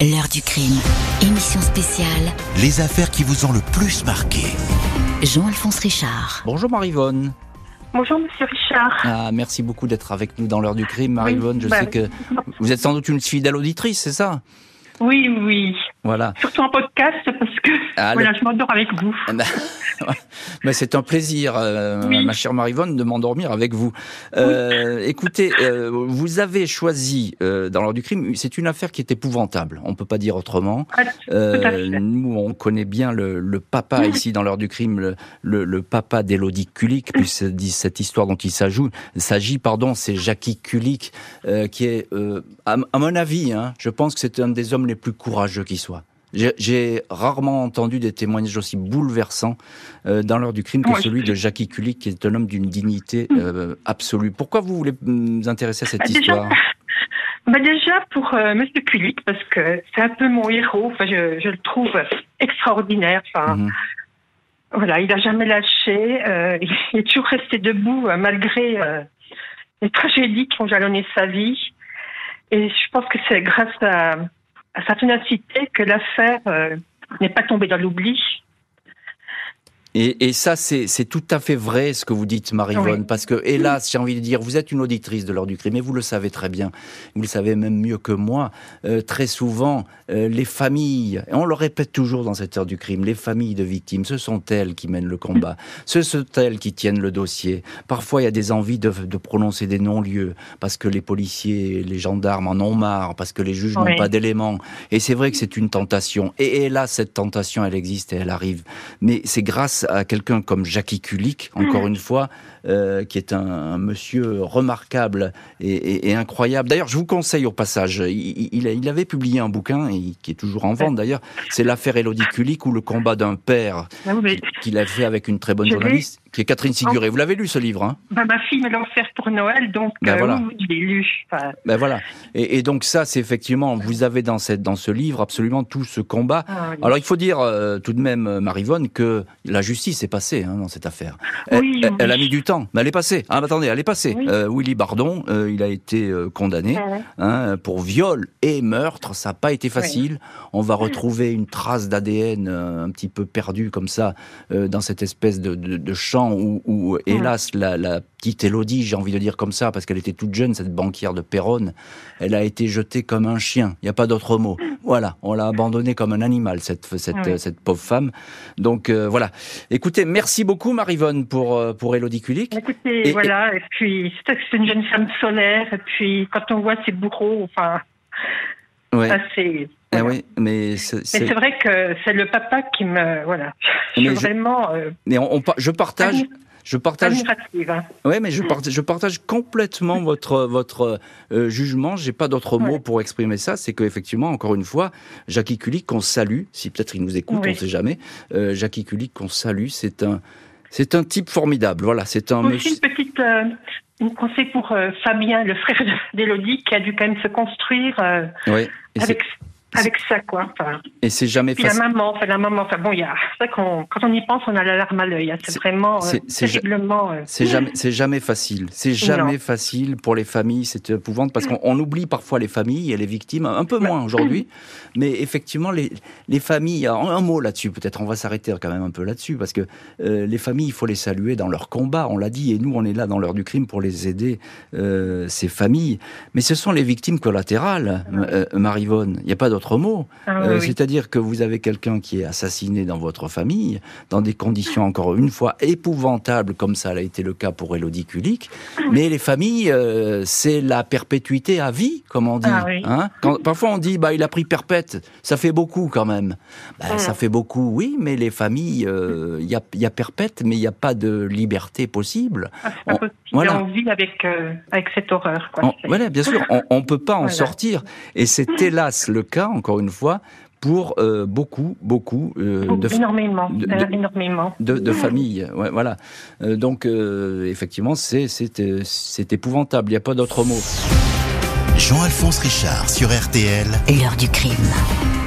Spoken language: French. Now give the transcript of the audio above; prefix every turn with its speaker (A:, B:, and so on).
A: L'heure du crime, émission spéciale.
B: Les affaires qui vous ont le plus marqué.
A: Jean-Alphonse Richard.
C: Bonjour Maryvonne.
D: Bonjour Monsieur Richard.
C: Merci beaucoup d'être avec nous dans l'heure du crime, Maryvonne.
D: Oui,
C: Je sais que vous êtes sans doute une fidèle auditrice, c'est ça ?
D: Oui.
C: Voilà.
D: Surtout en podcast parce que je m'endors avec vous.
C: Mais c'est un plaisir, ma chère Maryvonne, de m'endormir avec vous. Écoutez, vous avez choisi dans l'heure du crime, c'est une affaire qui est épouvantable, on peut pas dire autrement. Nous, on connaît bien le papa ici dans l'heure du crime, le papa d'Élodie Kulik, puisque cette histoire dont il s'agit, c'est Jackie Kulik, qui est, à mon avis, je pense que c'est un des hommes les plus courageux qui soit. J'ai rarement entendu des témoignages aussi bouleversants dans l'heure du crime que celui de Jackie Kulik, qui est un homme d'une dignité absolue. Pourquoi vous voulez vous intéresser à cette histoire ?
D: Déjà pour Monsieur Kulik, parce que c'est un peu mon héros. Je le trouve extraordinaire. Voilà, il n'a jamais lâché. Il est toujours resté debout malgré les tragédies qui ont jalonné sa vie. Et je pense que c'est grâce à sa ténacité que l'affaire n'est pas tombée dans l'oubli.
C: Et ça, c'est tout à fait vrai ce que vous dites, Maryvonne, parce que, hélas, j'ai envie de dire, vous êtes une auditrice de l'heure du crime, et vous le savez très bien, vous le savez même mieux que moi, très souvent, les familles, et on le répète toujours dans cette heure du crime, les familles de victimes, ce sont elles qui mènent le combat, ce sont elles qui tiennent le dossier. Parfois, il y a des envies de prononcer des non-lieux, parce que les policiers, les gendarmes en ont marre, parce que les juges n'ont pas d'éléments, et c'est vrai que c'est une tentation, et hélas, cette tentation, elle existe et elle arrive, mais c'est grâce à quelqu'un comme Jackie Kulik, encore une fois, qui est un monsieur remarquable et incroyable. D'ailleurs, je vous conseille au passage, il avait publié un bouquin, qui est toujours en vente d'ailleurs, c'est l'affaire Élodie Kulik, ou le combat d'un père, qu'il a fait avec une très bonne journaliste, qui est Catherine Siguré. Vous l'avez lu, ce livre,
D: Ma fille me l'a offert pour Noël, donc
C: voilà.
D: Je l'ai lu.
C: Voilà. Et donc ça, c'est effectivement, vous avez dans ce livre absolument tout ce combat. Alors il faut dire tout de même, Maryvonne, que la justice est passée dans cette affaire. Elle a mis du temps, mais elle est passée. Attendez, elle est passée. Willy Bardon, il a été condamné pour viol et meurtre. Ça n'a pas été facile. On va retrouver une trace d'ADN un petit peu perdue comme ça dans cette espèce de champ où hélas, la petite Élodie, j'ai envie de dire comme ça, parce qu'elle était toute jeune, cette banquière de Péronne, elle a été jetée comme un chien. Il n'y a pas d'autre mot. Voilà, on l'a abandonnée comme un animal, cette pauvre femme. Donc voilà. Écoutez, merci beaucoup Maryvonne pour Élodie Kulik.
D: Écoutez, et puis c'est une jeune femme solaire, et puis quand on voit ses bourreaux, ça c'est... Voilà.
C: Mais
D: c'est vrai que c'est le papa qui me... Je suis vraiment...
C: je partage... mais je partage complètement votre jugement. J'ai pas d'autre mot pour exprimer ça. C'est qu'effectivement, encore une fois, Jackie Kulik, qu'on salue, si peut-être il nous écoute, on sait jamais. Jackie Kulik, qu'on salue, c'est un type formidable. Voilà, c'est un.
D: Aussi une conseil pour Fabien, le frère d'Élodie, qui a dû quand même se construire avec ça, quoi.
C: Et c'est jamais facile.
D: La maman, c'est vrai quand on y pense, on a la larme à l'œil. C'est vraiment terriblement...
C: C'est jamais facile. C'est jamais facile pour les familles, c'est épouvantable, parce qu'on oublie parfois les familles et les victimes, un peu moins aujourd'hui, mais effectivement, les familles, un mot là-dessus, peut-être on va s'arrêter quand même un peu là-dessus, parce que les familles, il faut les saluer dans leur combat, on l'a dit, et nous, on est là dans l'heure du crime pour les aider, ces familles. Mais ce sont les victimes collatérales, Maryvonne, il n'y a pas d'autre mot. C'est-à-dire que vous avez quelqu'un qui est assassiné dans votre famille, dans des conditions encore une fois épouvantables, comme ça a été le cas pour Élodie Kulik, mais les familles, c'est la perpétuité à vie, comme on dit. Parfois on dit, il a pris perpète, ça fait beaucoup quand même. Ça fait beaucoup, oui, mais les familles, il y a perpète, mais il n'y a pas de liberté possible.
D: C'est pas possible. On vit avec cette horreur.
C: Voilà, bien sûr, on ne peut pas en sortir. Et c'est hélas le cas, encore une fois, pour beaucoup
D: énormément
C: de familles. Voilà. Donc, effectivement, c'est épouvantable. Il n'y a pas d'autre mot.
B: Jean-Alphonse Richard sur RTL.
A: L'heure du crime.